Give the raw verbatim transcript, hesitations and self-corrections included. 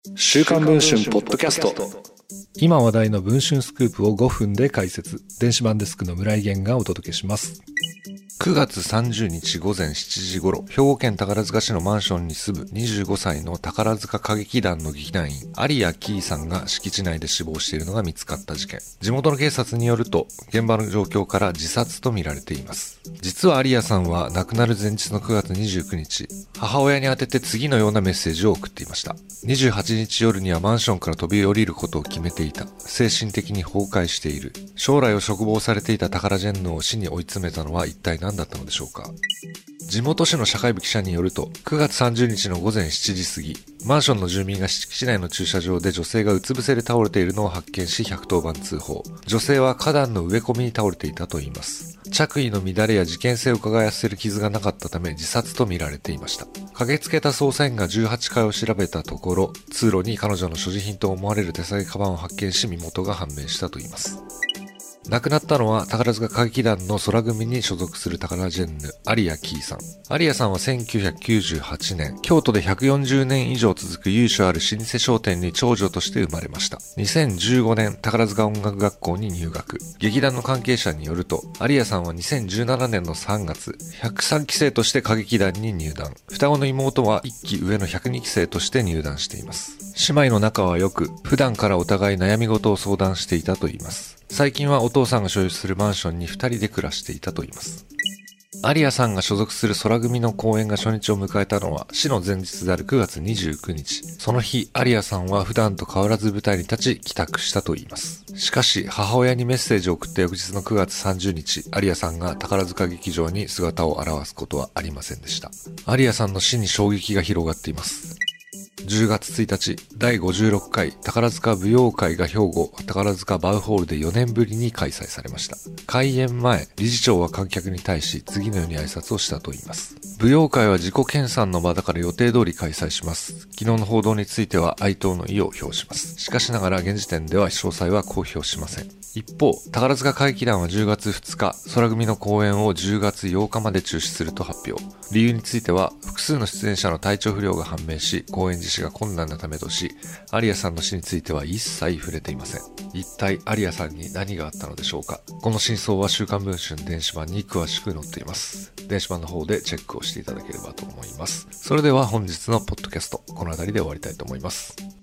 週刊文春ポッドキャスト、 今話題の文春スクープをごふんで解説。電子版デスクの村井源がお届けします。くがつさんじゅうにち午前しちじ頃、兵庫県宝塚市のマンションに住むにじゅうごさいの宝塚歌劇団の劇団員有谷キーさんが敷地内で死亡しているのが見つかった事件。地元の警察によると、現場の状況から自殺とみられています。実は有谷さんは亡くなる前日のくがつにじゅうくにち、母親に宛てて次のようなメッセージを送っていました。にじゅうはちにち夜にはマンションから飛び降りることを決めていた。精神的に崩壊している。将来を嘱望されていたタカラジェンヌを死に追い詰めたのは一体何だったのでしょうか。地元紙の社会部記者によると、くがつさんじゅうにちの午前しちじ過ぎ、マンションの住民が敷地内の駐車場で女性がうつ伏せで倒れているのを発見しひゃくとおばん通報。女性は花壇の植え込みに倒れていたといいます。着衣の乱れや事件性を伺わせる傷がなかったため自殺と見られていました。駆けつけた捜査員がじゅうはちかいを調べたところ、通路に彼女の所持品と思われる手提げカバンを発見し身元が判明したといいます。亡くなったのは宝塚歌劇団の空組に所属するタカラジェンヌ有谷キーさん。有谷さんはせんきゅうひゃくきゅうじゅうはちねん、京都でひゃくよんじゅうねん以上続く由緒ある老舗商店に長女として生まれました。にせんじゅうごねん、宝塚音楽学校に入学。劇団の関係者によると、有谷さんはにせんじゅうななねんのさんがつ、ひゃくさんきせいとして歌劇団に入団。双子の妹はいっき上のひゃくにきせいとして入団しています。姉妹の仲は良く、普段からお互い悩み事を相談していたといいます。最近はお父さんが所有するマンションにふたりで暮らしていたといいます。有谷さんが所属する空組の公演が初日を迎えたのは死の前日であるくがつにじゅうくにち。その日、有谷さんは普段と変わらず舞台に立ち帰宅したといいます。しかし、母親にメッセージを送った翌日のくがつさんじゅうにち、有谷さんが宝塚劇場に姿を現すことはありませんでした。有谷さんの死に衝撃が広がっています。じゅうがつついたち、だいごじゅうろっかい宝塚舞踊会が兵庫宝塚バウホールでよねんぶりに開催されました。開演前、理事長は観客に対し次のように挨拶をしたといいます。舞踊会は自己研鑽の場だから予定通り開催します。昨日の報道については哀悼の意を表します。しかしながら現時点では詳細は公表しません。一方、宝塚歌劇団はじゅうがつふつか、空組の公演をじゅうがつようかまで中止すると発表。理由については、複数の出演者の体調不良が判明し、公演実施が困難なためとし、有谷さんの死については一切触れていません。一体有谷さんに何があったのでしょうか。この真相は週刊文春電子版に詳しく載っています。電子版の方でチェックをしていただければと思います。それでは本日のポッドキャスト、この辺りで終わりたいと思います。